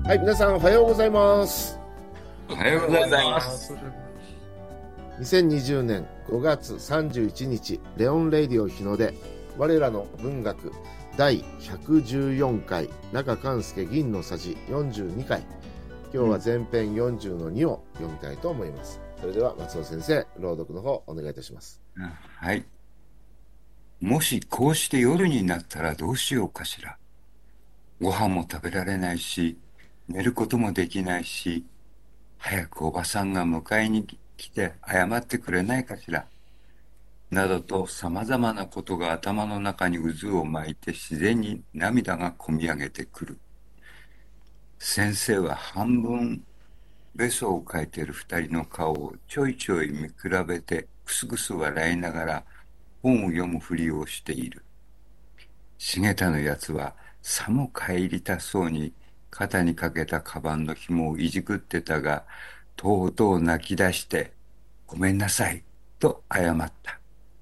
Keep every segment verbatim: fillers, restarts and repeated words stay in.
はい、皆さんおはようございます。 おはようございます。 にせんにじゅうねんごがつさんじゅういちにち、レオンレイディオ日の出、我らの文学だいひゃくじゅうよんかい、中勘介銀のさじよんじゅうにかい。今日は前編よんじゅうのにを読みたいと思います。それでは松尾先生、朗読の方お願いいたします。 はい。もしこうして夜になったらどうしようかしら。ご飯も食べられないし、寝ることもできないし、早くおばさんが迎えに来て謝ってくれないかしら。などと様々なことが頭の中に渦を巻いて自然に涙がこみ上げてくる。先生は半分べそを描いている二人の顔をちょいちょい見比べてくすぐす笑いながら本を読むふりをしている。重田のやつはさも帰りたそうに肩にかけたカバンの紐をいじくってたが、とうとう泣き出してごめんなさいと謝った。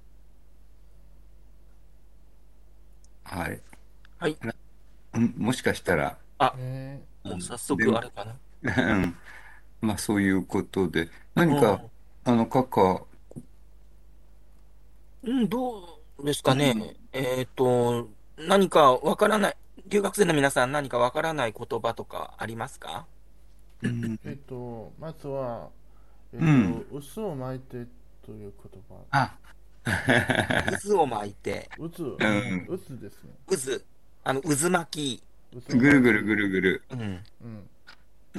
はい。 はい。 もしかしたら、 あ、えー、もう早速あれかな。 うん、まあそういうことで、何か、うん、あの、閣下、 うん、どうですかね。うん、えっと、何かわからない、留学生の皆さん何かわからない言葉とかありますか？ うん、えっと、まずは、えっと、うん、渦を巻いてという言葉。 あ渦を巻いて。 渦、うん、渦ですね。 渦。あの、渦巻き。ぐるぐるぐるぐる。 うん。 うん。 うん。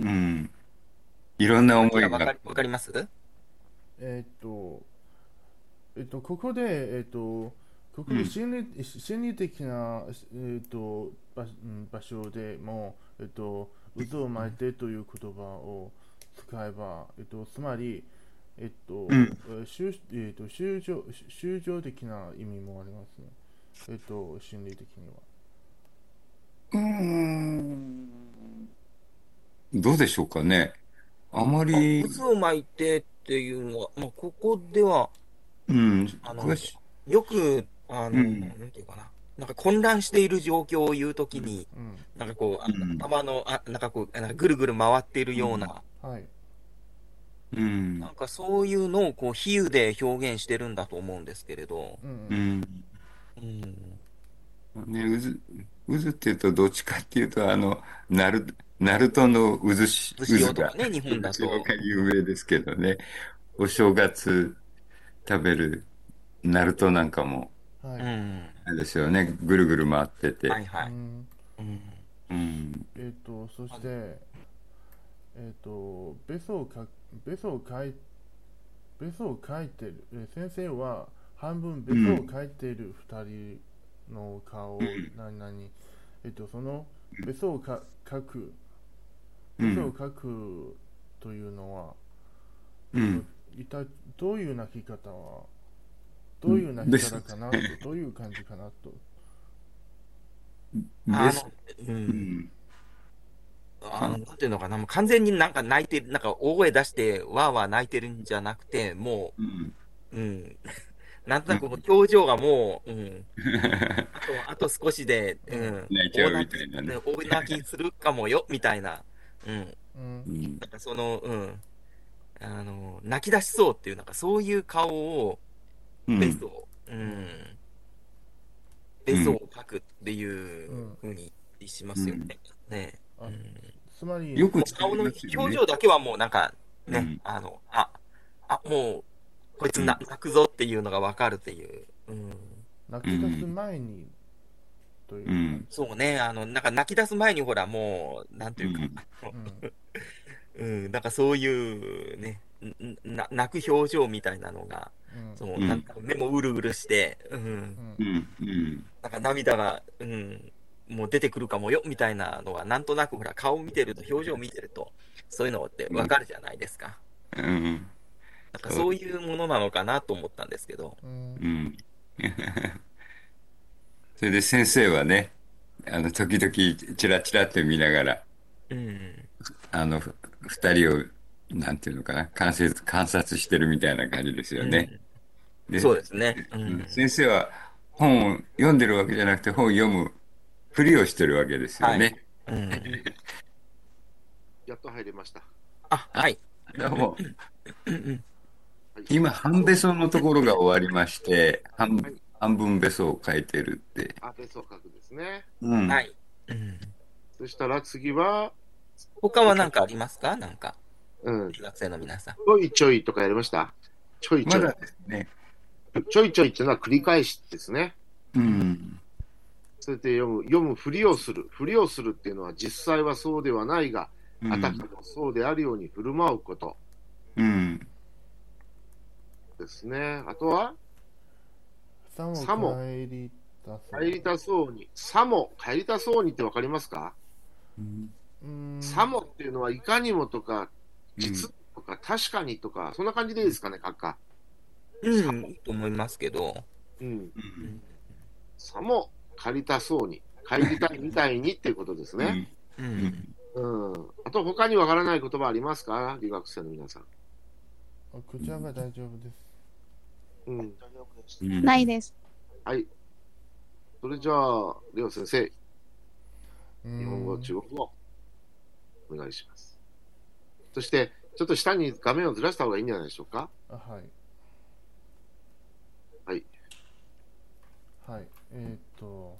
いろんな思いが。 わかり、わかります？ えっと、えっと、ここで、えっと、ここで心理、うん、心理的な、えっと、場, 場所でも、えっと、渦を巻いてという言葉を使えば、えっと、つまり、えっと、うん、修えっと、修正、修正的な意味もありますね。えっと、心理的には。 うーん。どうでしょうかね。あまり。 渦を巻いてっていうのは、まあ、ここでは、 うん、 あのよく、あの、うん、なんていうかな。なんか混乱している状況を言うときに、うん、なんかこう、うん、頭の、あ、なんかこう、なんかぐるぐる回っているような、 うん、はい。 うん、なんかそういうのをこう比喩で表現してるんだと思うんですけれど。 うん。うん。ね、渦、渦っていうとどっちかっていうと、あの、ナル、ナルトの渦し、 渦とかね、日本だと。 渦が有名ですけどね。お正月食べるナルトなんかも、はい。あれですよね。ぐるぐる回ってて。 はいはい。うん。 うん。えっと、そして、えっ、ー、と、ベソをか、ベソを書い、ベソを書いてる、えー、先生は半分ベソを書いている二人の顔を、うん、何々、えっ、ー、と、そのベソをか書く、ベソを書くというのは、うん、一体どういう泣き方は、どういう泣き方かなと、どういう感じかなと。 あの、うん。うんあの、なんていうのかな、もう完全になんか泣いてる、なんか大声出して、わーわー泣いてるんじゃなくて、もう、うん、うん、なんとなく表情がもう、うん、あと、あと少しで、うん、 泣いちゃうみたいなね。 大泣きするかもよ、みたいな、うん、うん、なんかその、うん、あの、泣き出しそうっていう、なんかそういう顔を、ベスを、うん、うん、ベスを描くっていうふうにしますよね。うん、ね。うん、 つまり、 よく顔の表情だけはもうなんかね、うん、あの、あ、あ、もう、こいつな、うん、泣くぞっていうのがわかるっていう。うん、 泣き出す前に、という、うん。 そうね、あの、なんか泣き出す前にほらもう、なんていうか、うん、うん、なんかそういうね、な泣く表情みたいなのが、うん、そう、なんか目もうるうるして、うん、うん、なんか涙が、うん、もう出てくるかもよ、みたいなのは、なんとなくほら、顔見てると、表情見てると、そういうのってわかるじゃないですか。うん。なんかそういうものなのかなと思ったんですけど。うん。 それで先生はね、あの、時々、チラチラって見ながら、うん。あの、二人を、なんていうのかな、観察、観察してるみたいな感じですよね。 うん、でそうですね、 うん。先生は本を読んでるわけじゃなくて、本を読むふりをしてるわけですよね。はい、うんやっと入れました。 あ、はい。 どうも。今、半べそのところが終わりまして、半、はい、半分べそを書いてるって。 あ、べそを書くですね。 うん。 はい。うん、 そしたら次は、 他は何かありますか？なんか。 うん。 学生の皆さん。ちょいちょいとかやりました？ちょいちょい。 まだですね。 ちょいちょいっていうのは繰り返しですね。 うん。 それで読む、読むふりをする。ふりをするっていうのは実際はそうではないが、うん、あたかもそうであるように振る舞うこと。 うん。 ですね。あとはさも帰りたそう帰りたそうに。さも帰りたそうにってわかりますか？うん、さもっていうのはいかにもとか、実とか、確かにとか、そんな感じでいいですかね、閣下。 うん、いいと思いますけど。 うん。うん、さも帰りたそうに。帰りたいみたいにっていうことですね。うん。うん。あと、他にわからない言葉ありますか？留学生の皆さん。 こちらが大丈夫です。 うん。 ないです。 はい。それじゃあ、レオ先生。日本語、中国語、お願いします。そして、ちょっと下に画面をずらした方がいいんじゃないでしょうか。 あ、はい。 はい。 はい。えー、っと、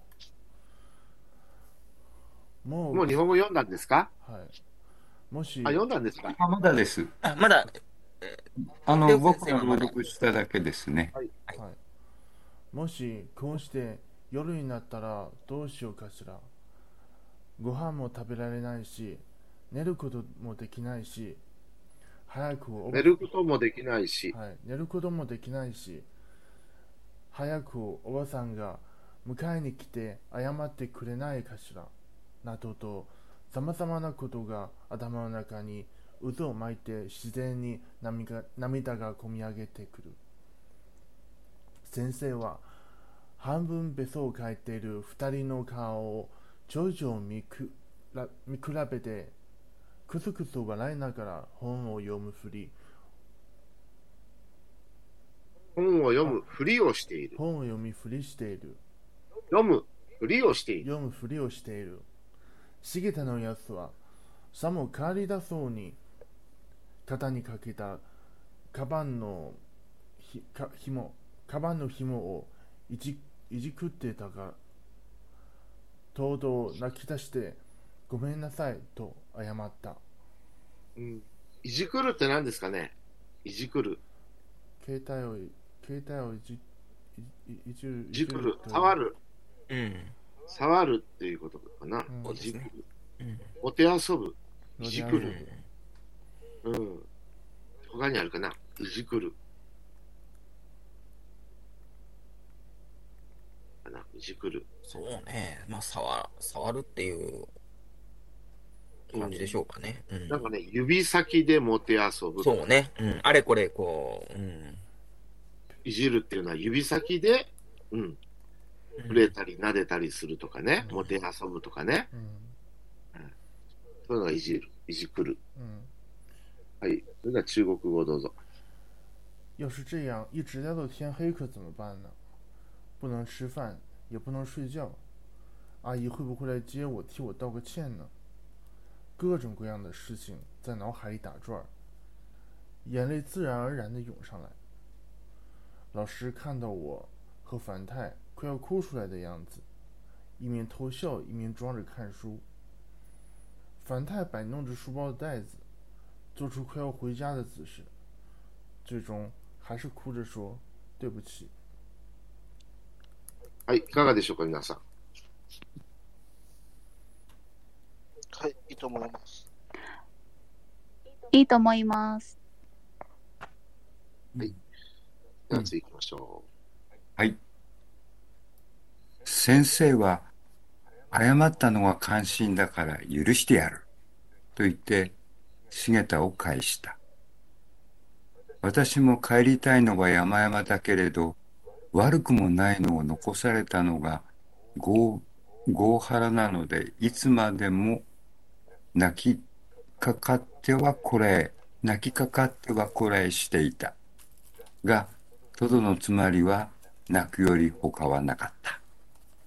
もう、 もう日本語読んだんですか？ はい。もし、 あ、読んだんですか？ あ、まだです。 あ、まだ、 あの、僕が朗読しただけですね。 はい。 はい。もし、こうして夜になったらどうしようかしら。ご飯も食べられないし、寝ることもできないし、早く寝ることもできないし、 はい、寝ることもできないし、早くおばさんが迎えに来て謝ってくれないかしら、などと、さまざまなことが頭の中に渦を巻いて自然に涙が、涙がこみ上げてくる。先生は半分べそを描いている二人の顔を徐々見くら見比べて、くすくす笑いながら本を読むふり本を読むふりをしている。 本を読みふりしている。 読むふりをしている。 読むふりをしている。茂田のやつはさも帰りだそうに肩にかけたカバンのひか紐カバンの紐をいじいじくってたが、とうとう泣き出してごめんなさいと謝った。 うん、いじくるって何ですかね？いじくる。 携帯を携帯をいじいいじるいじくる触る。 うん。 触るっていうことかな。 うん、 いじくる。 うん、 お手遊ぶ。いじくる。うん。他にあるかな？いじくる。かな？いじくる。 そうね。まあ、触、触るっていう感じでしょうかね。うん、 なんかね、指先でもて遊ぶ。 そうね。うん。あれこれ、こう、うん。いじるっていうのは指先で、うん。触れたり、撫でたりするとかね。うん、もて遊ぶとかね。うんうん、そういうのがいじる。いじくる。うん、はい。それでは中国語どうぞ。 要是这样一直待到天黑可怎么办呢？不能吃饭，也不能睡觉。阿姨会不会来接我，替我道个歉呢？各种各样的事情在脑海里打转，眼泪自然而然地涌上来。老师看到我和樊太快要哭出来的样子，一面偷笑一面装着看书。樊太摆弄着书包的袋子，做出快要回家的姿势，最终还是哭着说对不起。 はい、いかがでしょうか、皆さん。 はい、いいと思います。 いいと思います。 はい。では次行きましょう。はい。先生は、謝ったのが関心だから許してやる。と言って、茂田を返した。私も帰りたいのが山々だけれど、悪くもないのを残されたのが業腹なので、いつまでも泣きかかってはこらえ、泣きかかってはこらえしていた。が、とどのつまりは泣くより他はなかった。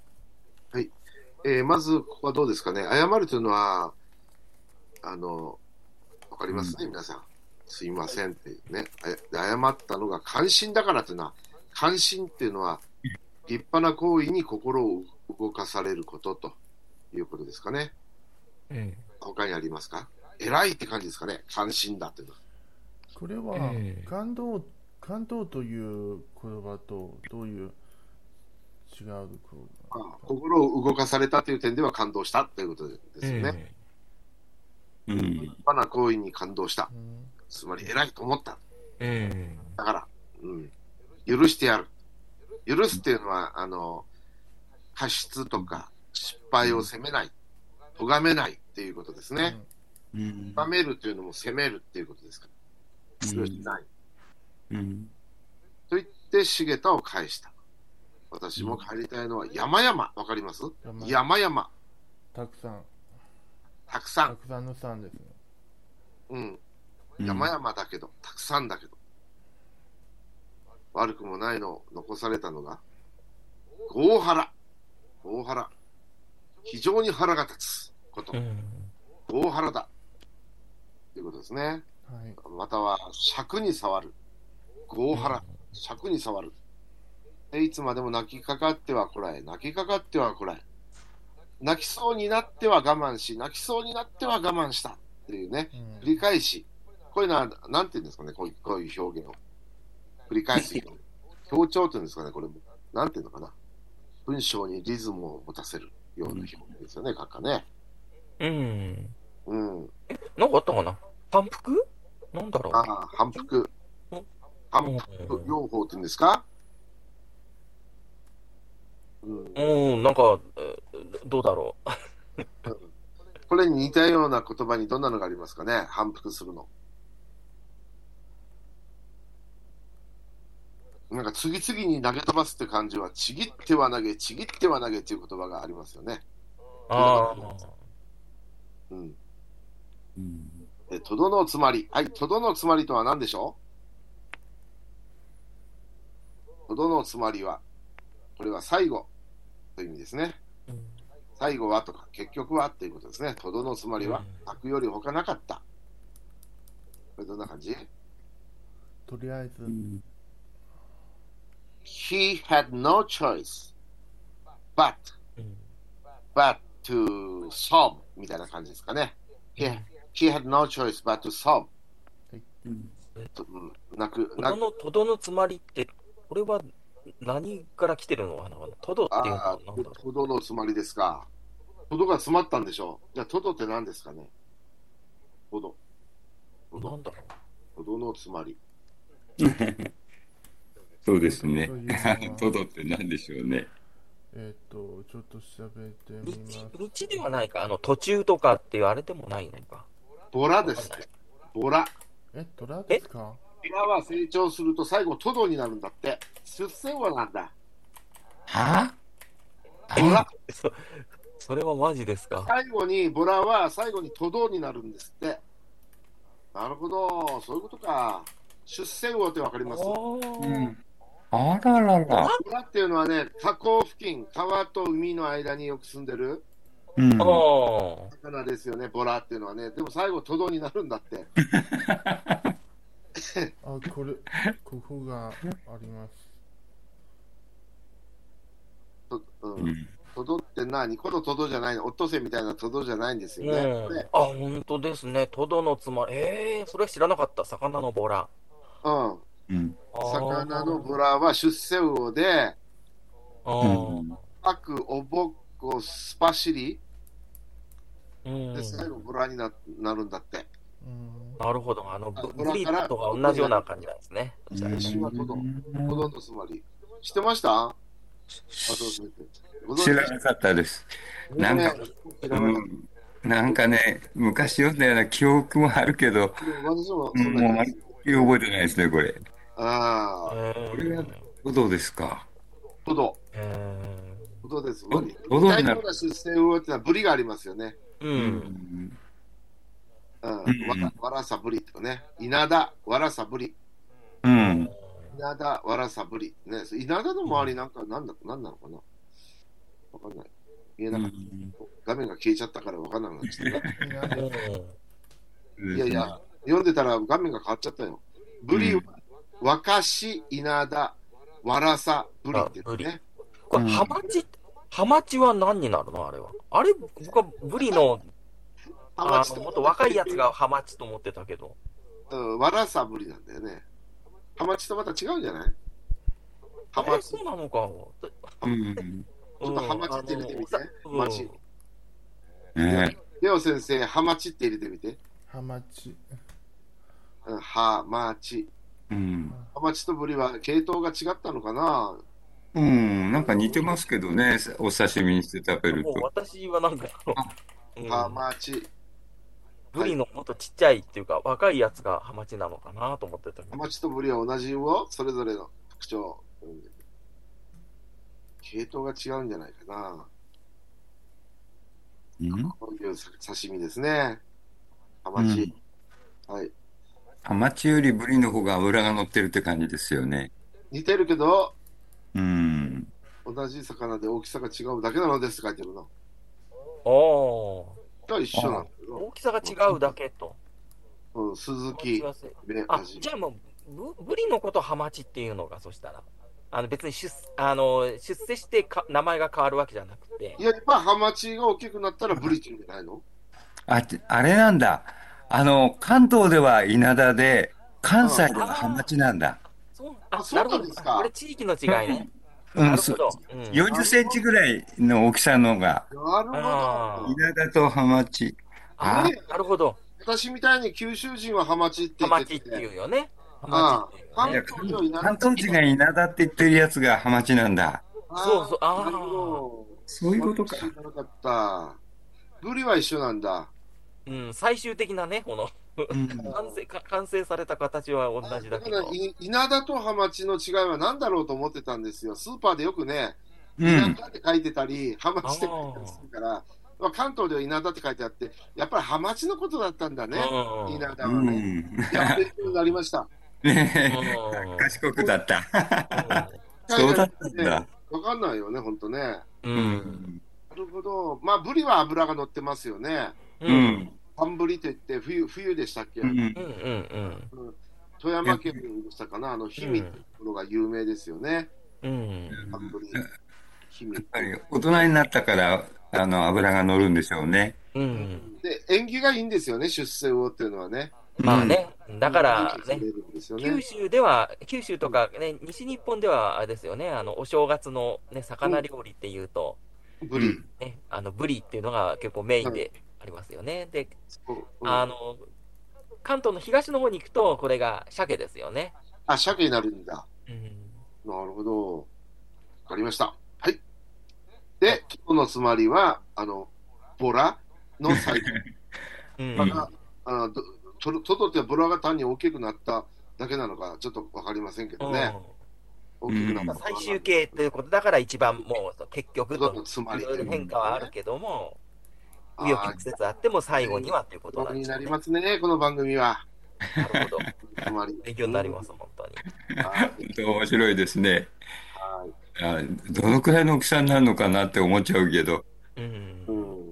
はい。えー、まず、ここはどうですかね。謝るというのは、あの、 かりますね、皆さん。すいませんっていうね。謝ったのが関心だからというのは、関心っていうのは、立派な行為に心を動かされることということですかね。 うん、 他にありますか？偉いって感じですかね、関心だっていうのは。 これは、感動、感動という言葉とどういう違う言葉？ ああ、心を動かされたという点では感動したということですよね。 うん、 立派な行為に感動した。うん、つまり偉いと思った。 うん、 だから、うん、許してやる。許すっていうのは、あの、過失とか失敗を責めない、咎めないっていうことですね。 うん、 咎めるというのも責めるっていうことですから。許してない。 うん、 と言って重田を返した。私も帰りたいのは山々、わかります？山々。 たくさん。 たくさん。 たくさんのさんですね。 うん。山々だけど、たくさんだけど。悪くもないの残されたのが、大原。大原。非常に腹が立つこと。大原だ。ということですね。はい、または、尺に触る。大原。尺に触る。でいつまでも泣きかかってはこらえ、泣きかかってはこらえ。泣きそうになっては我慢し、泣きそうになっては我慢したっていうね、繰り返し、こういうのは、なんていうんですかね、こういう、こういう表現を。繰り返す。強調っていうんですかね、これも。なんていうのかな。文章にリズムを持たせるような表現ですよね、閣下ね。 うん。 うん。 え、なんかあったかな？反復？なんだろう。 ああ、反復。反復療法っていうんですか？ うん、うん、なんか、どうだろう。 これに似たような言葉にどんなのがありますかね、反復するの。なんか次々に投げ飛ばすって感じは、ちぎっては投げ、ちぎっては投げっていう言葉がありますよね。 ああ。 うん。え、とどのつまり。はい、とどのつまりとは何でしょう？とどのつまりは、これは最後という意味ですね。うん、最後はとか、結局はということですね。とどのつまりは、悪、うん、より他なかった。これどんな感じ？ とりあえず。うん、 He had no choice but, うん、but to solve みたいな感じですかね。He, he had no choice but to solve、 うん、となくとどのとどのつまりって、これは何から来てるのかな？トドっていうのは何だろう？ トドのつまりですか。トドが詰まったんでしょう。じゃあトドって何ですかね？トド。 なんだろう？トドのつまり。 そうですね。トドって何でしょうね。 えっと、ちょっと調べてみます。 道ではないか、あの途中とかっていうあれでもないのか。 ボラですね。ボラ。 え、トラですか？ ボラは成長すると最後トドになるんだって。出世魚なんだ。 はぁ？ボラ。 そ、それはマジですか？ 最後に、ボラは最後にトドになるんですって。なるほど、そういうことか。出世魚ってわかります？ うん、あららら。 ボラっていうのはね、河口付近、川と海の間によく住んでる、 うん、 魚ですよね、ボラっていうのはね。でも最後、トドになるんだって。 あ、これ、ここがあります。 と、うん。トドって何？このトドじゃないの？オットセイみたいなトドじゃないんですよね。 うん、あ、本当ですね。トドのつまり、えー、それ知らなかった。魚のボラ。 うん。うん、魚のボラは出世魚で、各おぼっこスパシリ、うん、で最後ボラに な, なるんだって。 うん、なるほど。あのブリとは同じような感じなんですね。 私はトド、トドのつまり。知ってました？ 知らなかったです。なんか、うん、なんかね、昔読んだような記憶もあるけど、 私もうん、もう覚えてないですね、これ。 ああ。 これはトドですか？ トド。トドです。トドになる。出世魚ってのはブリがありますよね。 うん。 うん。わらさブリとかね。稲田、わらさブリ。 うん。 稲田、わらさぶり。ね、稲田の周りなんかなんだ、なんなのかな？わかんない。見えなかった。画面が消えちゃったからわかんなくなっちゃった。いやいや、 読んでたら画面が変わっちゃったよ。ブリ、うん、若し、稲田、わらさ、ブリって言ってね。 これ、ハマチ、ハマチは何になるのあれは。あれ、僕はブリの、あの、もっと若いやつがハマチと思ってたけど。 うん、わらさブリなんだよね。ハマチとまた違うんじゃない？ ハマチ。そうなのか。 うん。ちょっとハマチって入れてみて。ハマチ。ねえ。レオ先生、ハマチって入れてみて。 ハマチ。 うん、ハマチ。うん。ハマチとブリは系統が違ったのかな？ うん、なんか似てますけどね、お刺身にして食べると。 私はなんか、 ハマチ。 ブリのもっとちっちゃいっていうか、若いやつがハマチなのかなと思ってた。 ハマチとブリは同じ魚、それぞれの特徴。うん、系統が違うんじゃないかな。うん、こういう刺身ですね。ハマチ。うん、はい。 ハマチよりブリの方が脂が乗ってるって感じですよね。 似てるけど、 うん。 同じ魚で大きさが違うだけなのですって書いてるの。 おー。 一緒なんだけど。 大きさが違うだけと。 うん、鈴木。 あ、じゃあもうブ、ブリのことハマチっていうのが、そしたら。あの別に出あの出世してか名前が変わるわけじゃなくて。 いや、やっぱハマチが大きくなったらブリって言うんじゃないの？ あ、あれなんだ。あの、関東では稲田で、関西ではハマチなんだ。 そう、あ、そうなんですか。これ地域の違いね。 うん、なるほど。よんじゅっセンチぐらいの大きさのが。 なるほど。 稲田とハマチ。 あ、なるほど。 私みたいに九州人はハマチって言ってて。ハマチって言うよね。ハマチって言うね。関東人が稲田って言ってるやつがハマチなんだ。 そうそう、ああ。 そういうことか。 知らなかった。ブリは一緒なんだ。 うん、最終的なね、この完成、完成された形は同じだけど。だから稲田とハマチの違いは何だろうと思ってたんですよ。スーパーでよくね、稲田って書いてたり、ハマチって書いてたりするから、まあ、関東では稲田って書いてあって、やっぱりハマチのことだったんだね、稲田はね。やっと勉強になりました。 賢くだった。そうだったんだ。 わかんないよね、ほんとね。うん。なるほど。まあ、ブリは脂が乗ってますよね。うん。寒ブリといって冬、冬でしたっけ？うんうんうん。富山県でしたかな、あの氷見っていうところが有名ですよね。うん。寒ブリ。 氷見。やっぱり大人になったからあの脂が乗るんでしょうね。 うん。で縁起がいいんですよね、出世魚っていうのはね。 まあね、だからね、九州では九州とかね西日本ではあれですよね、あのお正月のね魚料理っていうと、 ブリね、あのブリっていうのが結構メインで。ありますよね。で、うん、あの、関東の東の方に行くと、これが鮭ですよね。 あ、鮭になるんだ。うん、なるほど。わかりました。はい。で、今日のつまりは、あの、ボラのサイズ。うん、あのトトトってボラが単に大きくなっただけなのか、ちょっとわかりませんけどね。 うん、大きくなった。最終形ということだから一番もう結局といろいろ変化はあるけども、紆余曲折あっても最後にはということなんですね。 になりますね、この番組は。 なるほど。勉強になります、本当に。 本当面白いですね。はい。どのくらいの大きさになるのかなって思っちゃうけど、うん、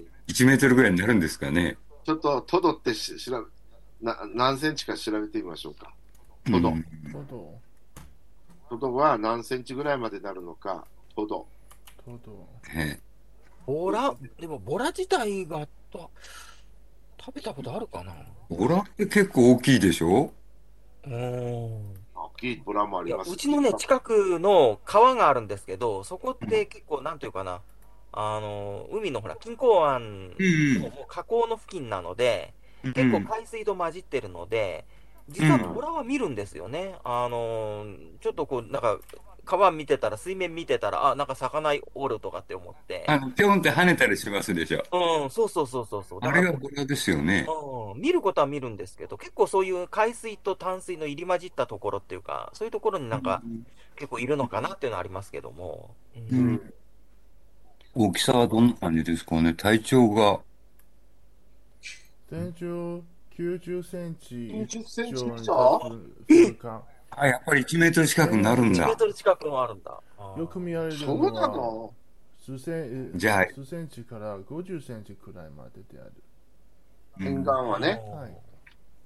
いちメートルぐらいになるんですかね。 ちょっとトドってし調べな何センチか調べてみましょうか。トド。うん、トドは何センチぐらいまでなるのか、トド。 トド。 ね。 ボラ、でもボラ自体がと食べたことあるかな。 ボラって結構大きいでしょ？ うん。大きいボラもあります。 うちのね、近くの川があるんですけど、そこって結構、なんていうかな、あの、海のほら、錦江湾の河口の付近なので、うん、結構海水と混じってるので、実はボラは見るんですよね。うん、あの、ちょっとこう、なんか、川見てたら、水面見てたら、あ、なんか魚おるとかって思って。 あの、ぴょんって跳ねたりしますでしょ。 うん、そうそうそうそうそう。 あれがボラですよね。 うん、見ることは見るんですけど、結構そういう海水と淡水の入り混じったところっていうか、そういうところになんか、うん、結構いるのかなっていうのはありますけども。うん。うん、 大きさはどんな感じですかね、体長が。 体長きゅうじゅっセンチ以上に達するか。 あ、やっぱりいちメートル近くになるんだ。いちメートル近くもあるんだ。 よく見られるのは数センじゃあ数センチからごじゅっセンチくらいまでである。 沿岸はね。 はい。う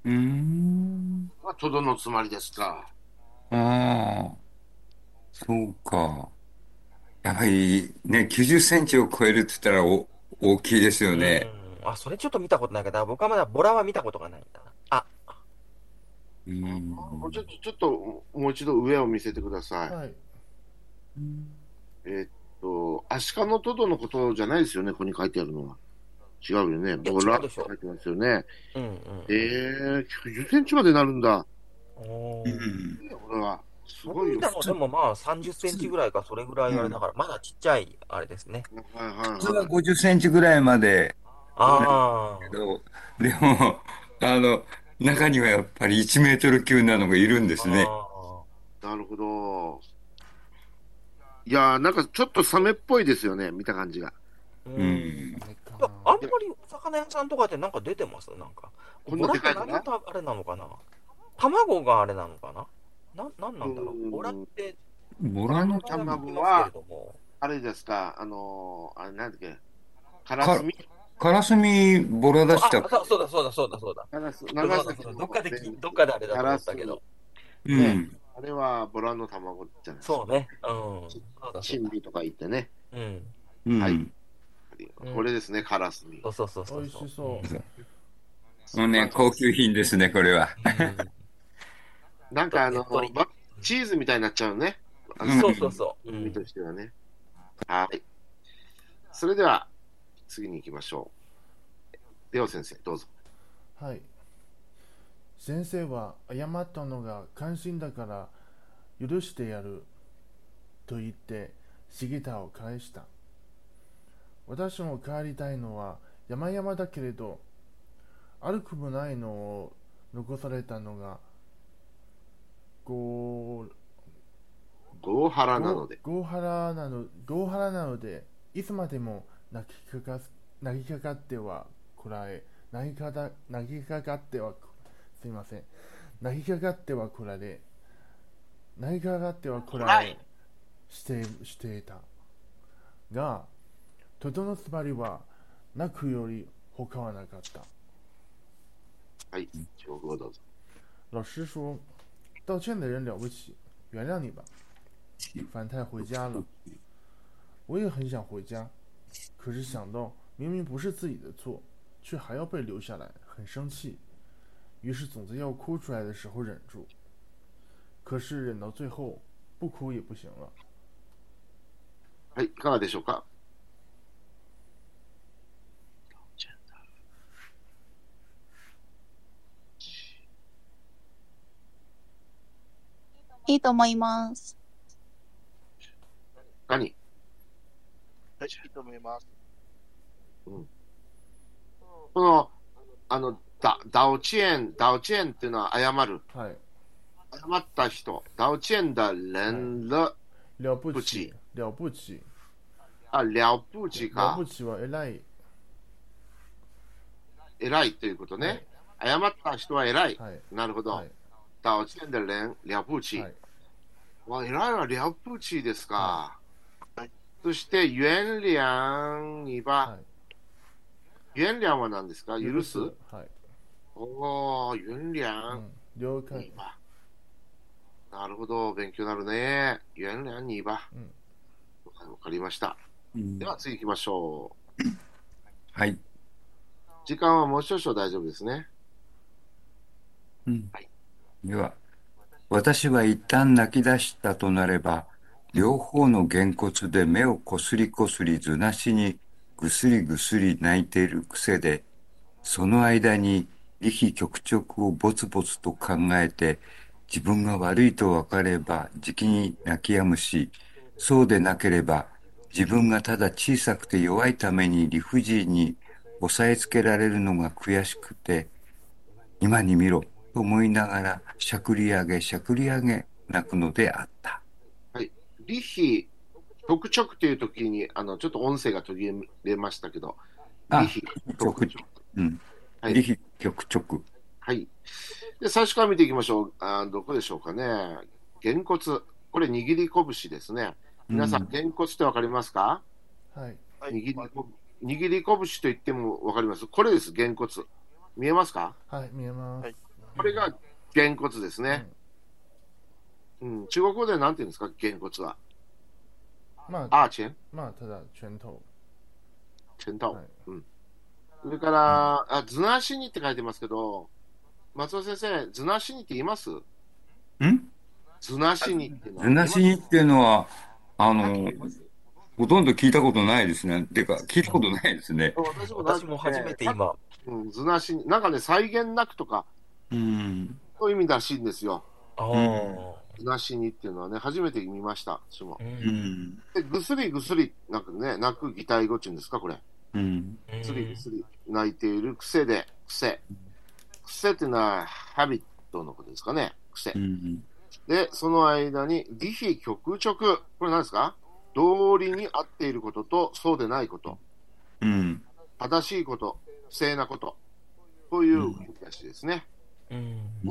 うーん。 まあ、とどのつまりですか。 ああ、そうか。やっぱりね、きゅうじゅっセンチを超えるって言ったらお大きいですようね。 ん。あ、それちょっと見たことないけど、僕はまだボラは見たことがないんだな。あ、 うーん。 ちょっと、ちょっと、もう一度上を見せてください。 はい。 えーっと、アシカのトドのことじゃないですよね、ここに書いてあるのは。違うよね。 いや、 ボラって違うでしょ。 書いてますよね。 うんうんえー、きゅうじゅっセンチまでなるんだ。 うん。おうー。 ん。 いやこれは、すそごいよ。 れでも、でもまあさんじゅっセンチぐらいか、それぐらいあれだから、まだちっちゃい、あれですね。 はいはい普通ははい。 ごじゅっセンチぐらいまでああ。 けど、でも、あの、中にはやっぱりいちメートル級なのがいるんですね。 あなるほど。いやー、なんかちょっとサメっぽいですよね、見た感じが。 ー。ううん。 ん。 あれかいや、あんな。 まりお魚屋さんとかでなんか出てますなんか。 こんなボラってでかいのが何があれなのかな、卵があれなのかな、な、なんなんだろう。ボラっうーん、 て、 ボラの名前は聞き卵ますけれは、 ども。 あれですか、あのー、あれなんだっけ、カラスか、 ミカラスミ、ボラ出そう、 したあ、そうそうだそうだそうだそうだ。 カラス、 そう長だそうだ。どっ崎のかでき、 名物、 どっかであれだと思カラスミ。 ったけど。 ね、 うん。 あれはボラの卵じゃないですか。 そうね。うん。そうだそうだ。 チンビとか言ってね。 うん。 はい。 うん。 これですね、カラスミ。 そうそうそうそう。 美味しそう。 もうね、高級品ですね、これは。 うん。うん。 なんかあの、 ねっとり。 バチーズみたいになっちゃうね。あの、 うん。 そうそうそう。う風味とん。 してはね。はい。それでは、次に行きましょう。レオ先生、どうぞ。 はい。先生は謝ったのが関心だから許してやると言って茂田を返した。私も帰りたいのは山々だけれど、歩くもないのを残されたのがゴーゴーハラなので。 ゴーハラなのゴーハラなので、いつまでも泣きかか泣きかかってはこらえ、泣きかか泣きかかってはすいません泣きかかってはこられ、泣きかかってはこらえしてしていたが、とどのつまりは泣くより他はなかった。 はい、中国語どうぞ。 老师说，道歉的人了不起，原谅你吧。反太回家了，我也很想回家，可是想到明明不是自己的错，却还要被留下来，很生气。于是总在要哭出来的时候忍住，可是忍到最后，不哭也不行了。 はい、いかがでしょうか。 いいと思います。 何はい、いいと思います。 この、あの、ダダオチエン、ダオチエンっていうのは謝る。 はい。 謝った人。ダオチエン的人了了不不起起。 了不起。 あ、了不起了か不。起は偉い。 偉いということね。謝った人は偉い。 はい。 なるほど。 はい。 道歉的人了不起。 はい。 わ、偉いは了不起ですか。 はいそして、原諒にば、 はい。 原諒は何ですか？許す？ はい。 おー、原う諒ん。了解に。ば。なるほど、勉強になるね。原諒にば。 うんわかりました。 うんでは次行きましょう。 はい。 時間はもう少々大丈夫ですね。 うんはいでは、私は一旦泣き出したとなれば、両方のげんこつで目をこすりこすりずなしにぐすりぐすり泣いている癖で、その間に理非曲直をぼつぼつと考えて、自分が悪いと分かればじきに泣き止むし、そうでなければ自分がただ小さくて弱いために理不尽に押さえつけられるのが悔しくて、今に見ろと思いながらしゃくり上げしゃくり上げ泣くのであった。 はい。理非、曲直というときに、あの、ちょっと音声が途切れましたけど、 あ理非、曲直。 うん。 はい理非曲直。 はい。で、最初から見ていきましょう。あどこでしょうかね。げんこつ。これ、握り拳ですね。皆さん、 うんげんこつってわかりますか？ はい。 はい、 握りこ握り拳と言ってもわかります。これです、げんこつ。見えますか？ はい。見えます。 はいこれがげんこつですね。うん、中国語で何て言うんですか、げんこつは。 まあ、 アーチェンまあ、ただ、拳頭。 拳頭。 はい、 うん。それから、あ、ズナシニって書いてますけど、松尾先生、ズナシニって言います？ んズナシニっていうのは。 ズナシニっていうのは、あの、ほとんど聞いたことないですね。てか、聞いたことないですね。 私も私も初めて今。 うん、ズナシニ。なんかね、際限なくとか、 うん。 そういう意味らしいんですよ。 ああ。 ズナシニっていうのはね、初めて見ました、私も。 ううん。 で、ぐすりぐすり、なんかね、泣く擬態語っていうんですか、これ。 うん。 ぐすりぐすり、泣いている癖で、癖。癖っていうのは、ハビットのことですかね、癖。 うん。 で、その間に、理非曲直。これ何ですか？道理に合っていることと、そうでないこと。 うん。 正しいこと、不正なこと。こういう繰り返しですね。 うん。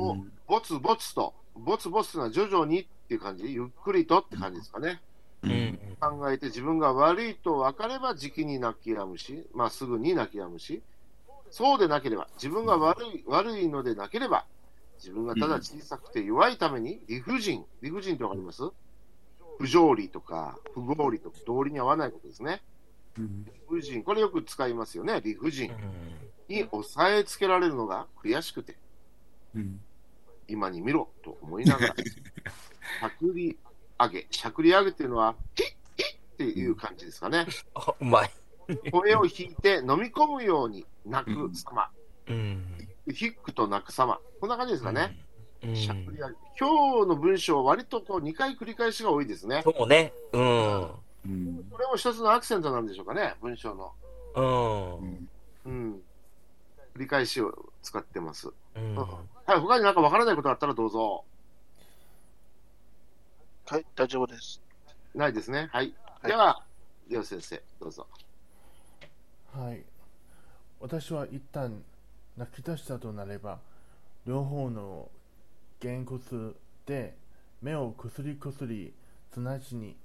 を、ぼつぼつと、ぼつぼつというのは徐々にっていう感じ、ゆっくりとって感じですかね。 うん。 考えて自分が悪いと分かれば時期に泣き止むし、まあすぐに泣き止むし、そうでなければ、自分が悪い、悪いのでなければ、自分がただ小さくて弱いために理不尽、理不尽ってわかります？不条理とか不合理とか道理に合わないことですね。理不尽、これよく使いますよね。理不尽に抑えつけられるのが悔しくて、 うん、 今に見ろと思いながら、しゃくり上げ、しゃくり上げっていうのは、ヒッヒッっていう感じですかね。 あ、うまい。 声を引いて飲み込むように泣く様。 うん。 ヒックと泣く様。こんな感じですかね。 うん。 しゃくり上げ。今日の文章は割とこうにかい繰り返しが多いですね。 そうね。うん。 うん。 これも一つのアクセントなんでしょうかね、文章の。 うん。 うん。繰り返しを使ってます。 うん。 はい、他になんかわからないことあったらどうぞ。 はい、大丈夫です。 ないですね。はい。 はい、 では、りょう先生、どうぞ。 はい。私は一旦泣き出したとなれば、両方のげんこつで目をこすりこすり、つなしに、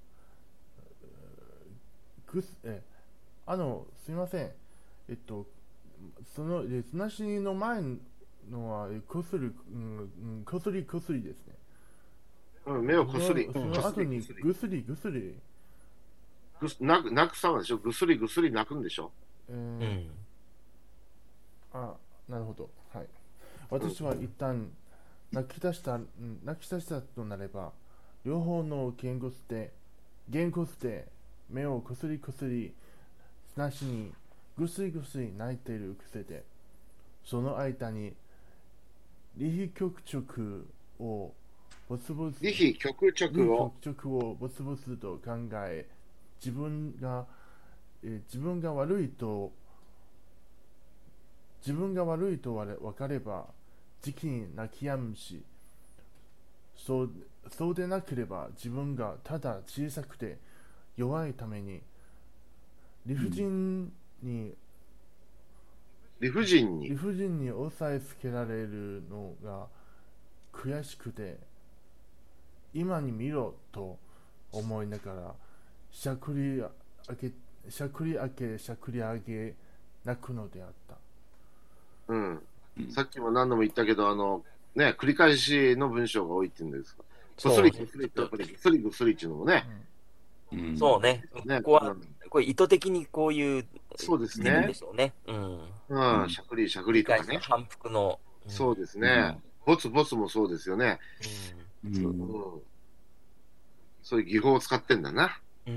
ぐす、え、あの、すみません。えっと、その、えつなしの前のは、えこする、うん、こすりこすりですね。 うん、目をこすり。 その後にぐすりぐすり。 ぐす泣く、泣く様でしょ。ぐすりぐすり泣くんでしょ。 えーうん。 あ、なるほど。はい。私は一旦泣き出した、泣き出したとなれば、両方の言語で、言語で目をこすりこすり、すなしにぐすりぐすり泣いている癖で、その間に、理非曲直をボツボツ、 理非曲直を、 曲直をボツボツと考え、自分が、えー、自分が悪いと、自分が悪いと分かれば、時期に泣き止むし、そう、そうでなければ自分がただ小さくて弱いために、理不尽に、 理不尽に、 理不尽に抑えつけられるのが悔しくて、今に見ろと思いながら、しゃくりあげ、しゃくりあげ、しゃくりあげ、泣くのであった。 うん。さっきも何度も言ったけど、あの、ね、繰り返しの文章が多いっていうんですか。ぐすりぐすりと、これぐすりぐすりっていうのもね。 うん、 そうね。 ね、 ここは、これ意図的にこういう、 そうですね。 でしょうね。うん。 うん、しゃくりしゃくりとかね。 反復の。 うん、そうですね。ボツボツもそうですよね。 うん。 そう、うん、そういう技法を使ってんだな。 うん。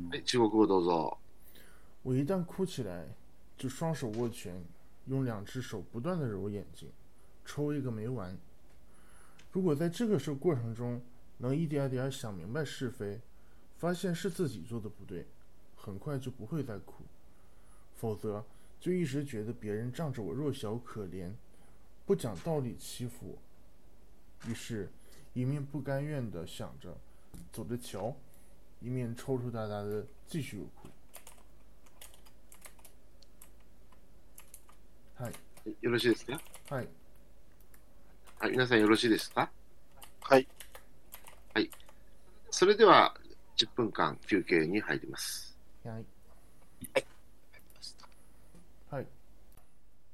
はい、中国語どうぞ。 我一旦哭起来，就双手握拳，用两只手不断地揉眼睛，抽一个没完。如果在这个时过程中能一点点想明白是非，发现是自己做的不对，很快就不会再哭。否则，就一直觉得别人仗着我弱小可怜，不讲道理欺负我。于是，一面不甘愿地想着走着瞧，一面抽抽搭搭地继续哭。はい。 よろしいですか？ はい。 はい、皆さんよろしいですか？ はい。 はい。それではじゅっぷんかん休憩に入ります。 はい。 はい。 はい。 はい。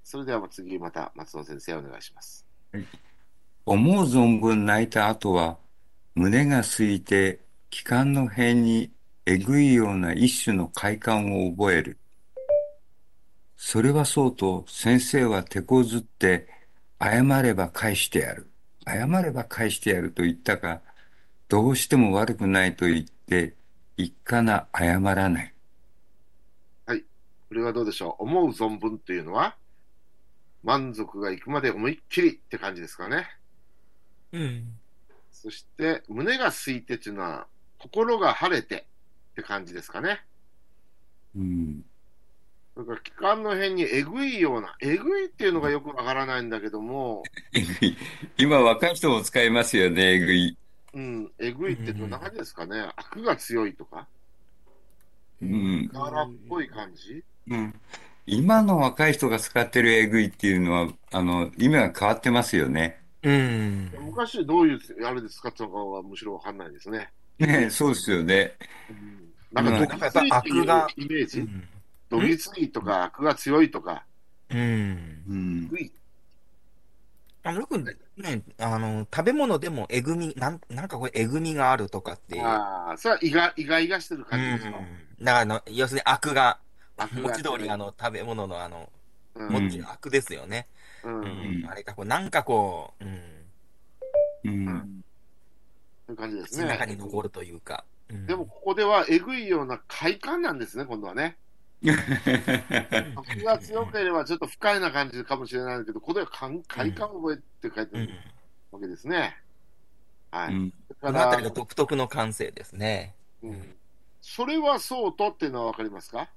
それでは次また松尾先生お願いします。 はい、思う存分泣いた後は、胸が空いて気管の辺にえぐいような一種の快感を覚える。それはそうと先生は手こずって謝れば返してやる。謝れば返してやると言ったが、どうしても悪くないと言って、いっかな謝らない。 はい。これはどうでしょう。思う存分というのは、満足がいくまで思いっきりって感じですかね。 うん。 そして、胸が空いてというのは、心が晴れてって感じですかね。 うん。 それから、気管の辺にえぐいような、えぐいっていうのがよくわからないんだけども、 えぐい。今若い人も使いますよね、えぐい。 うん、えぐういってどんな感じですかね。悪が強いとか、 うん。 荒っぽい感じ。 うん。今の若い人が使ってるえぐいっていうのは、あの、意味が変わってますよね。 うん。 昔どういうあれで使ってたのかはむしろわかんないですね。えぐい。 ね、そうですよね。 うん、なんか、 今、 どなんかやっぱぎついっていう悪が、 イメージ。 うん。 どぎついとか、悪が強いとか、 うん。 うん。 えぐい。 あの、よくね、あの、食べ物でもえぐみ、なん、なんかこれえぐみがあるとかって、 ああ、それは意外、意外がしてるうん。 感じですか。 だからあの、要するに悪が、 悪文字通が強い。 りあの、食べ物のあの、 うん。 持ってる悪ですよね。 ううん。 ん。あれか、こう、なんかこう、うん。 ううん。 ん。 そういう感じです口の中ね。 に残るというか。うん。 でも、ここでは、えぐいような快感なんですね、今度はね。悪が強ければ、ちょっと不快な感じかもしれないけど、ここでは快快感を覚えって書いてうん。 るわけですね。はい。 うん。 それこのあたりがから、 独特の感性ですね。うん。 うん。それはそうとっていうのはわかりますか？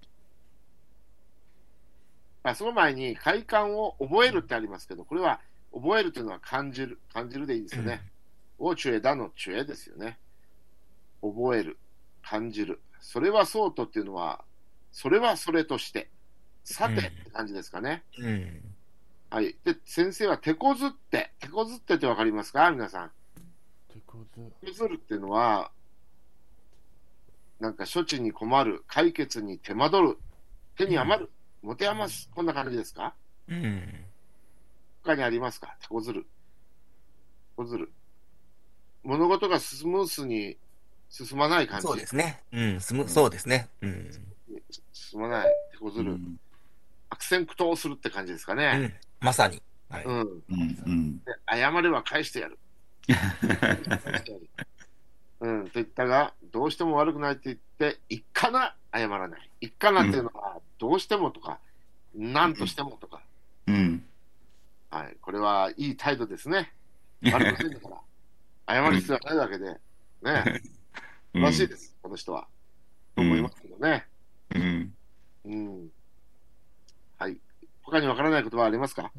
あ、その前に快感を覚えるってありますけど、これは覚えるというのは感じる、感じるでいいですよね。を觉得の觉ですよね。覚える、感じる。それはそうとっていうのは、それはそれとして、さてって感じですかね。 うん。 はい。で、先生は手こずって、手こずってってわかりますか皆さん。 手こず。 手こずるっていうのは、なんか処置に困る、解決に手間取る、手に余る、持て余す、こんな感じですか？ うん。 他にありますか？手こずる。手こずる。物事がスムースに進まない感じ。 そうですね。うん。すむ、 うん。 そうですね。うん。 進まない。手こずる。 うん。 悪戦苦闘するって感じですかうね。 ん。まさに。はい。 うん。 うん。うん。 で謝れば返してやる。返してやる。うん。と言ったが、どうしても悪くないって言って、いっかな謝らない。いっかなっていうのは、どうしてもとか、なんとしてもとか。 うん。 はい。これはいい態度ですね。悪くないんだから。謝る必要はないわけで。ね。素晴らしいです。この人は。と思いますけどね。 うん。 うん。はい。他にわからないことはありますか？ うん。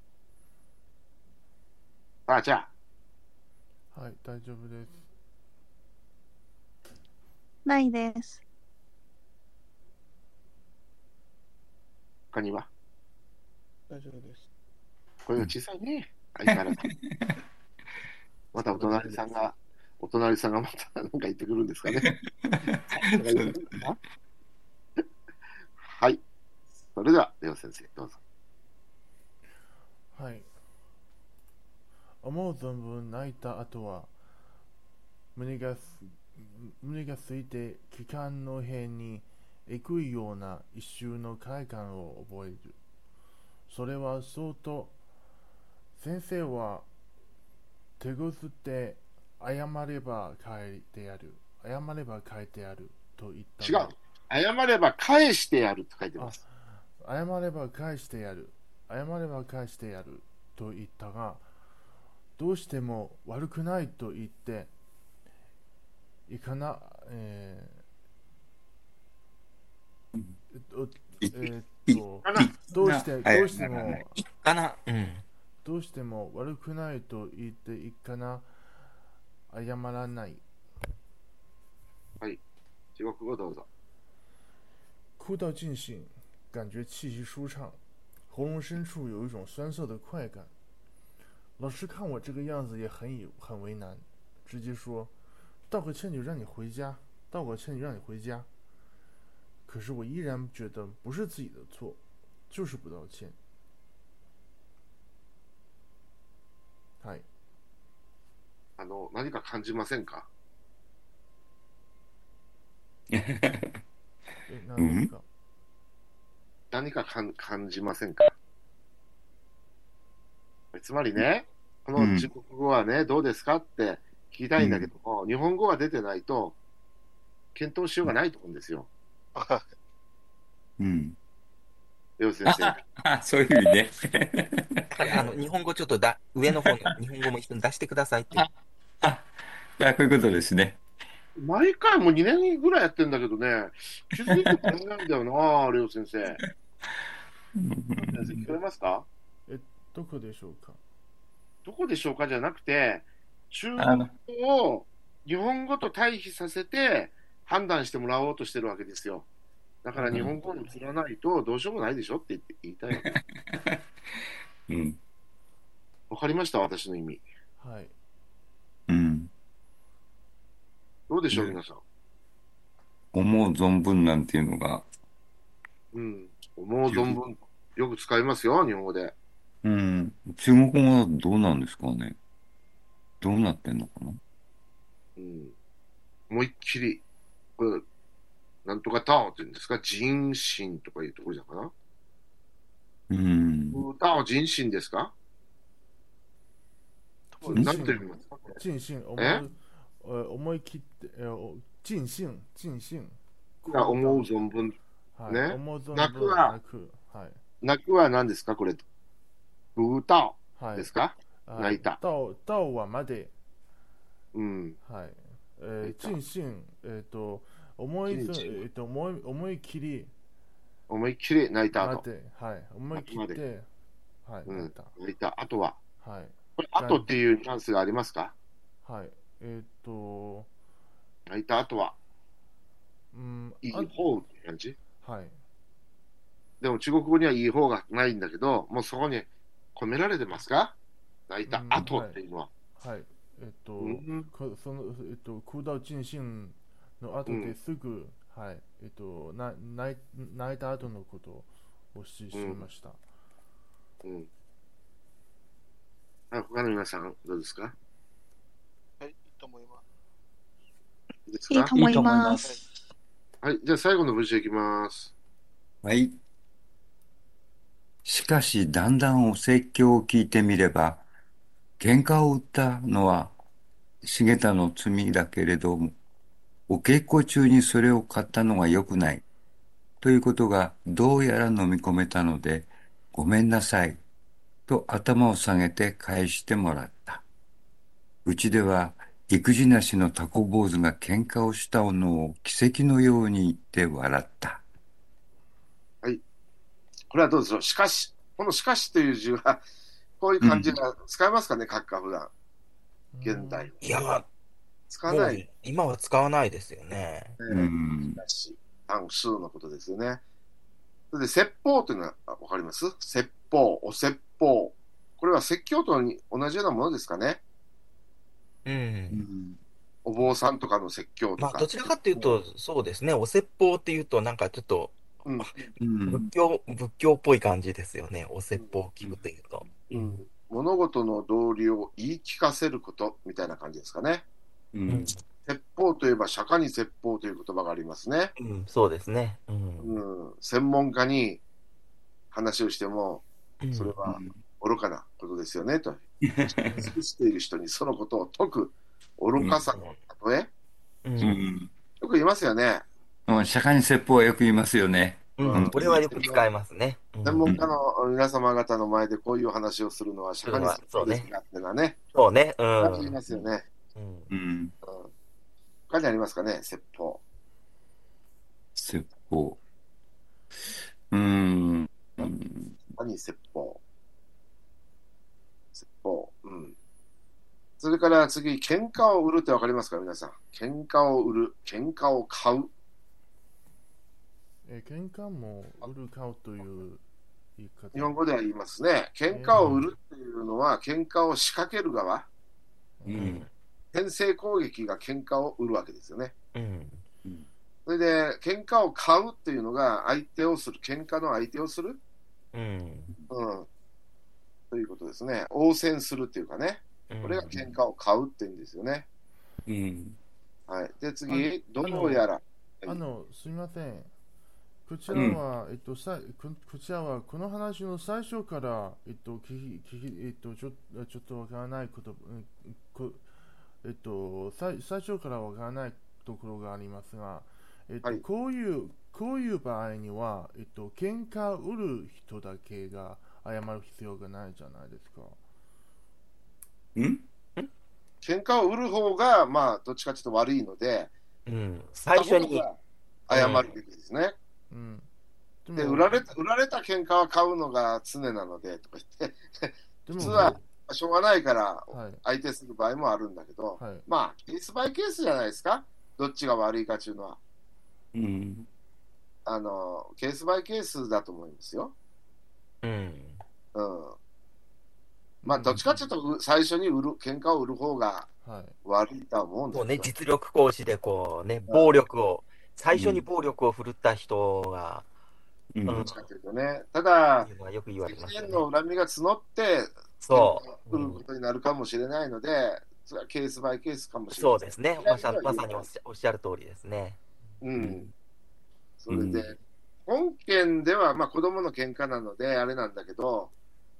さあ、じゃあ、 はい、大丈夫です。 ないです。 他には大丈夫です。 声が小さいね。相変わらず。またお隣さんが、お隣さんがまた何か言ってくるんですかね。なんか言ってくるんですか？はい。それでは、レオ先生、どうぞ。 はい。思う存分泣いた後は、胸がす胸が空いて気管の辺にえぐいような一瞬の快感を覚える。それはそうと、先生は手こずって謝れば返ってやる。謝れば返ってやると言った違が。 う。謝れば返してやると書いてます。 謝れば返してやる。謝れば返してやると言ったが、どうしても悪くないと言って、いかな、えー、えっと、えーっとかなどうして、 はいどうしても、 いっかな。うん。 どうしても悪くないと言っていかな、謝らない。 はい。中国語どうぞ。 哭到尽兴，感觉气息舒畅，喉咙深处有一种酸涩的快感。老师看我这个样子也很有很为难，直接说：“道个歉就让你回家，道个歉就让你回家。”可是我依然觉得不是自己的错，就是不道歉。 はい。 あの、何か感じませんか？ え、 う何ですんか？ 何かかん感じませんか？つまりね、この中うん。 国語はね、どうですかって聞きたいんだけうん。 ども、日本語が出てないと検討しようがないと思うんですよ。 うん。 レオ先生。 ああ、そういう意味ね。 はい、あの、日本語ちょっとだ、上の方の日本語も一緒に出してくださいって。 あ、あ、あこういうことですね。 毎回もうにねんぐらいやってんだけどね、気づいてくれないんだよな、レオ先生。レうオ先生、聞こえん。 ますか？ え、どこでしょうか？ どこでしょうかじゃなくて、中国あの、 語を日本語と対比させて判断してもらおうとしてるわけですよ。だから日本語に移らないとどうしようもないでしょって言って言いたいわけです。 うん。 わかりました、私の意味。 はい。 うん。 どうでしょう、 ね、 皆さん。 思う存分なんていうのが、 うん。思う中国、 存分、よく使いますよ、日本語で。 うん。中国語はどうなんですかね。どうなってんのかな。 うん。思いっきり、これ、なんとかタオって言うんですか、人心とかいうところじゃかな。 うん。 タオ人心ですか？これ、なんて尽興、 読みますか、これ。 尽興、 え思い、え思い切って、え、お尽興、尽興、 いや、思う空存分。 はい。 ね。 思う存分、 泣くは、 泣く。はい。 泣くは何ですかこれ。歌はい。 ですか？ はい。 泣いた。 到、到はまで。 うん。 はい。えー、 泣いた。 尽興、えっと、思いず、 ちんちん。 えっと、思い、思い切り、 思いっきり泣いた後。 まで。はい。思い泣くまで。 切って、はい。 うん。 泣いた。 泣いた後は。 はい。 これ、 がん、 後っていうニュアンスがありますか？ はい。えっと、 泣いた後は、 うん、 いあ、 い方って感じ。 はい。 でも中国語にはいい方がないんだけど、もうそこに込められてますか？泣いうん、 た後はい。 っていうのは。 はい。えっと、 うん。 こその、えっと、空洞尽興の後でうん。 すぐ、はい。えっと、な、泣い、泣いた後のことをお知うん。 りました。 うん。あ、他の皆さん、どうですか？ はい、いいと思います。 いいですか？ いいと思いいいと思いまます。 はい。 す。 はい。じゃあ最後の文章いきます。 はい。しかし、だんだんお説教を聞いてみれば、喧嘩を売ったのは重田の罪だけれども、お稽古中にそれを買ったのが良くない。ということがどうやら飲み込めたので、ごめんなさい。と頭を下げて返してもらった。うちでは育児なしのタコ坊主が喧嘩をしたのを奇跡のように言って笑った。 はい。これはどうでしょう。しかし、このしかしという字は、こういううん。 漢字が使えますかね、閣下普段。 う現代。 ん、 いや、もう使わない。 今は使わないですよね。 うね。しん。 かし、単数のことですよね。それで、説法というのはわかります？説法、お説法。これは説教と同じようなものですかね。 ううん。 ん。 お坊さんとかの説教とまあ、 か。 どちらかっていうと、そうですね。お説法っていうと、なんかちょっと、 うん。 あうん。 仏教、仏教っぽい感じですよね。おうん。 説法を聞くというと。ううん。 ん。 物事の道理を言い聞かせることみたいな感じですかね。 うん。 うん。 説法といえば釈迦に説法という言葉がありますね。 うん、そうですね。うん。 うん。専門家に話をしても、 うん。 それはうん。 愚かなことですよねと。尽くしている人にそのことを説く愚かさの例え、 ううん。 ん。 よく言いますよね。 うん。釈迦に説法はよく言いますよね。 うん。 本当に。 これはよく使いますね。うん。 専門家うん。 の皆様方の前でこういう話をするのは釈迦にそれは、 説そうね。 法ですかっていうのはね、 そうね。う必ず言いまん。 すよね。 うん。 うん。 うん、他にありますかね、説法。 説法。うん。うあ、 ん。 何説法。説法。うん。それから次、喧嘩を売るってわかりますか、皆さん。喧嘩を売る。喧嘩を買う。 えー、喧嘩も売る買うという言い方。 日本語では言いますね。喧嘩を売るっていうのは、喧嘩を仕掛ける側。 ううん。 先制攻撃が喧嘩を売るわけですよね。 うん。 うん。 それで、喧嘩を買うっていうのが、相手をする。喧嘩の相手をする。 うん。 うん。ということですね。応戦するっていうかね。 これが喧嘩を買うって言うんですよね。 うん。 はい。で、次、どうやら。 あの、すみません。こちらは、うん、えっと、さこ、こちらはこの話の最初から、えっと、聞き、聞き、えっと、ちょちょっとわからないこと、こえっと、最最初からわからないところがありますが、えっと、はい、こういう、こういう場合には、えっと、喧嘩を売る人だけが謝る必要がないじゃないですか。 ん喧嘩を売る方が、まあ、どっちかというと悪いので、 うん、最初に謝るべきですね。うんうん、で、売られた、売られた喧嘩は買うのが常なので、とか言って、普通はしょうがないから相手する場合もあるんだけど、はい、まあ、ケースバイケースじゃないですか、どっちが悪いかっていうのは。 うん、 あの、ケースバイケースだと思いますよ。 うん。 うん。まあ、どっちかというと、最初に売る、喧嘩を売る方が悪いとは思うんですけど、 ね、実力行使でこうね、暴力を、最初に暴力を振るった人が、 うん、どっちかというとね、ただ、 よく言われますよね、 の恨みが募って、そう来ることになるかもしれないので、うん、それはケースバイケースかもしれない。 そうですね、まさまさにおっしゃおっしゃる通りですね。 うん。それで、うん、本件では、まあ、子供の喧嘩なので、あれなんだけど、 うん、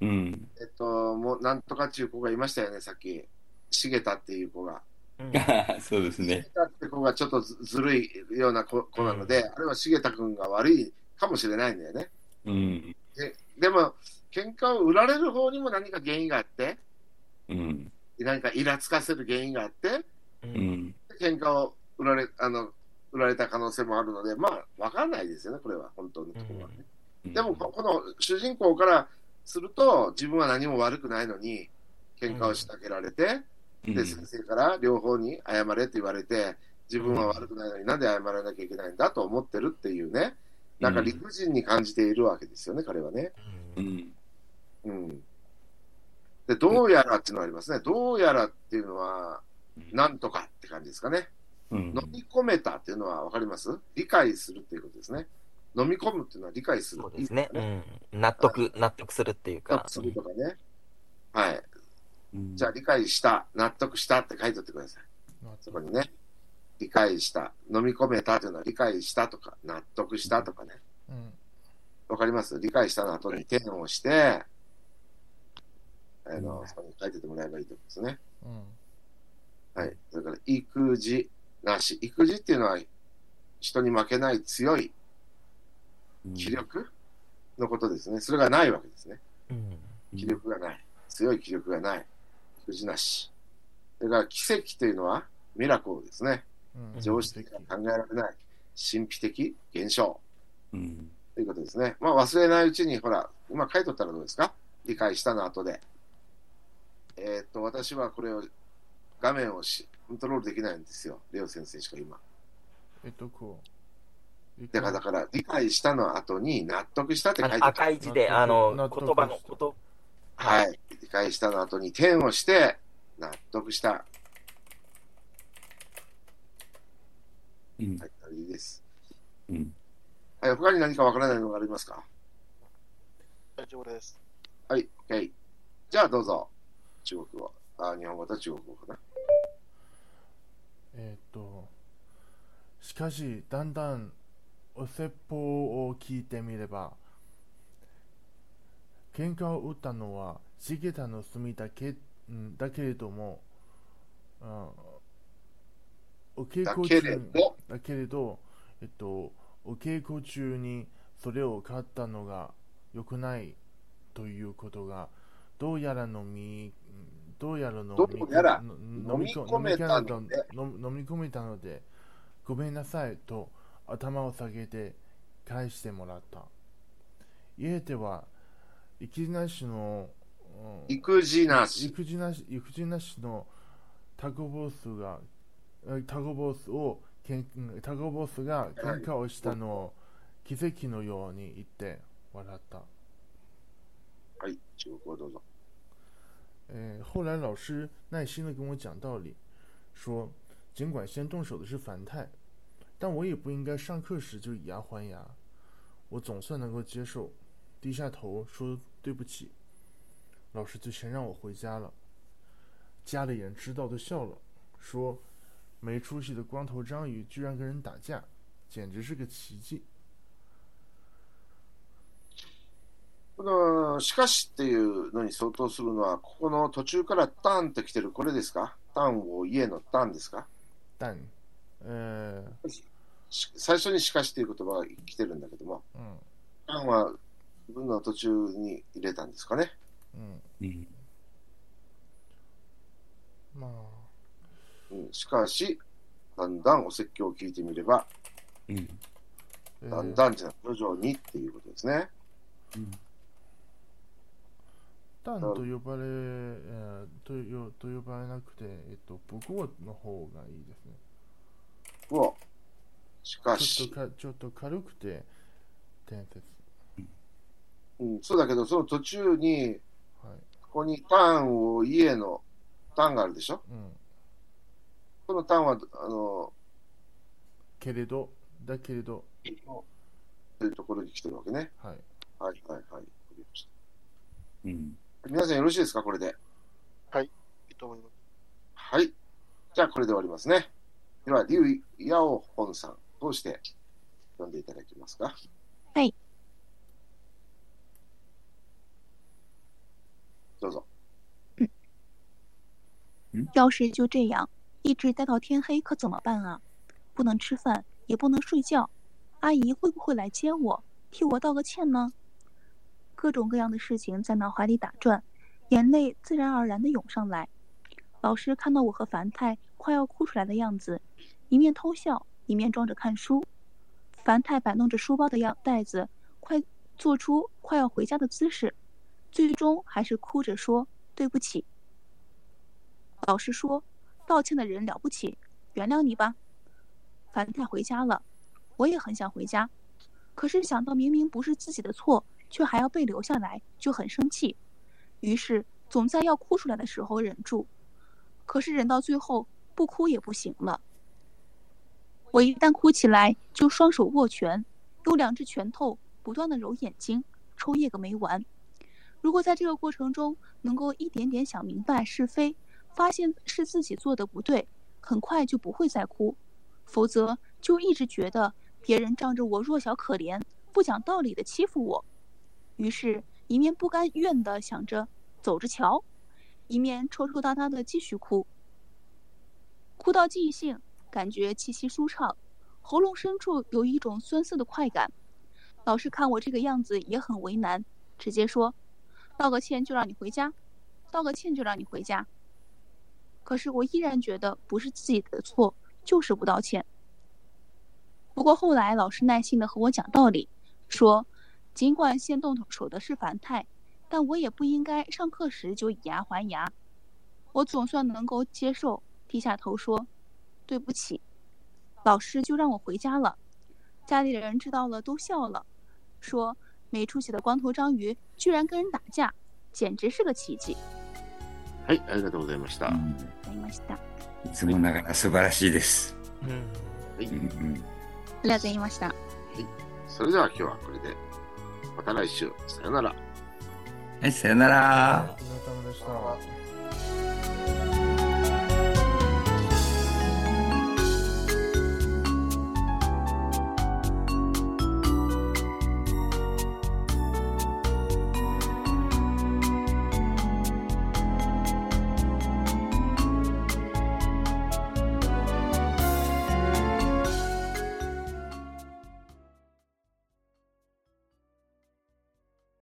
えっと、もう、なんとかっていう子がいましたよね、さっき。茂田っていう子が。 うん、そうですね。 茂田って子がちょっと ず, ずるいような 子, 子なので、うん、あれは茂田君が悪いかもしれないんだよね。 うん、 で, でも、喧嘩を売られる方にも何か原因があって、 うん、 何かイラつかせる原因があって、 うん、 喧嘩を売られ、あの、売られた可能性もあるので、まあ、わかんないですよね、これは、本当のところはね。うん、でも、この主人公からすると、自分は何も悪くないのに、喧嘩を仕掛けられて、うん、で、先生から両方に謝れって言われて、自分は悪くないのになんで謝らなきゃいけないんだと思ってるっていうね、なんか理不尽に感じているわけですよね、彼はね。 うん。 うん。で、どうやらっていうのがありますね。どうやらっていうのは、なんとかって感じですかね。うん、飲み込めたっていうのは分かります？理解するっていうことですね。飲み込むっていうのは理解する。 そうですね。いいね、うん。納得、はい、納得するっていうか。 納得するとかね。はい。うん、じゃあ、理解した、納得したって書いておいてください。そこにね。理解した、飲み込めたというのは理解したとか、納得したとかね。わ、うん、かります？理解したの後に点をして、あの、うん、そこに書いててもらえばいいと思いますね。うん、はい。それから、育児なし。育児っていうのは、人に負けない強い気力のことですね。それがないわけですね。うん、気力がない。強い気力がない。育児なし。それから奇跡というのはミラクルですね。うん、常識的に考えられない神秘的現象、うん、ということですね。まあ忘れないうちに、ほら、今書いとったらどうですか？理解したの後で。えー、っと、私はこれを、画面をしコントロールできないんですよ。レオ先生しか今。 えっと、こう。だから、だから理解したの後に納得したって書いてある。 赤い字で、あの、言葉のこと。 はい。理解したの後に点をして、納得した。うん、はい、いいです。うん。はい、他に何かわからないのがありますか？ 大丈夫です。 はい、OK。じゃあどうぞ。中国語。あ、日本語と中国語かな。 えっと、しかし、だんだんお説法を聞いてみれば、喧嘩を打ったのは茂田の住だけ、だけれども、あお稽古中にだけれど、えっと、お稽古中にそれを買ったのが良くないということがどうやら飲みどうやら飲み込めたので飲み込めたのでごめんなさいと頭を下げて返してもらった。家では育児なしの育児なし育児なし育児なしのタコボスがタコボスをタコボスが喧嘩をしたのを奇跡のように言って笑った。 はい、中国語どうぞ。 呃，后来老师耐心地跟我讲道理，说尽管先动手的是樊太，但我也不应该上课时就以牙还牙。我总算能够接受，低下头说对不起。老师就先让我回家了。 家里人知道都笑了，说没出息的光头章鱼居然跟人打架，简直是个奇迹。 このしかしっていうのに相当するのは、ここの途中からタンと来てるこれですか？タンを家のタンですか？ タン、えー、 最初にしかしという言葉が来てるんだけども、うん、タンは文の途中に入れたんですかね。うん、うん、まあ、うん、しかしだんだんお説教を聞いてみれば、うん、だんだんじゃ徐々にっていうことですね。うん、 タンと呼ばれ、えー、と, よと呼ばれなくて、えっと、母語の方がいいですね。 をしかしちょっとかちょっと軽くて伝説、 うん、そうだけど、その途中に、はい、ここにタンを家のタンがあるでしょ、うん、このタンはあのけれどだけれどというところに来てるわけね。 はい、 はいはいはい、うん、皆さんよろしいですか、これで。 はい、いいと思います。 はい、じゃあこれで終わりますね。では、リュウ・ヤオホンさん、どうして読んでいただけますか。 はい。 どうぞ。 要是就这样一直待到天黑，可怎么办啊？不能吃饭，也不能睡觉。阿姨会不会来接我，替我道个歉呢？各种各样的事情在脑海里打转，眼泪自然而然地涌上来。老师看到我和樊太快要哭出来的样子，一面偷笑，一面装着看书。樊太摆弄着书包的样袋子，快做出快要回家的姿势，最终还是哭着说对不起。老师说，道歉的人了不起，原谅你吧。樊太回家了，我也很想回家，可是想到明明不是自己的错，却还要被留下来，就很生气。于是总在要哭出来的时候忍住，可是忍到最后不哭也不行了。我一旦哭起来，就双手握拳，用两只拳头不断地揉眼睛，抽噎个没完。如果在这个过程中能够一点点想明白是非，发现是自己做的不对，很快就不会再哭，否则就一直觉得别人仗着我弱小可怜，不讲道理的欺负我。于是一面不甘愿地想着走着瞧，一面抽抽搭搭地继续哭，哭到尽兴，感觉气息舒畅，喉咙深处有一种酸涩的快感。老师看我这个样子也很为难，直接说，道个歉就让你回家，道个歉就让你回家。可是我依然觉得不是自己的错，就是不道歉。不过后来老师耐心地和我讲道理，说尽管先动手的是樊太，但我也不应该上课时就以牙还牙。我总算能够接受，低下头说对不起。老师就让我回家了。家里人知道了都笑了，说没出息的光头章鱼居然跟人打架，简直是个奇迹。 はい、ありがとうございました。 ありました。 いつもながら素晴らしいです。 うん、はい、うん、 ありがとうございました。はい、 それでは今日はこれで、また来週、さよなら。 はい、さよなら。 お疲れ様でした。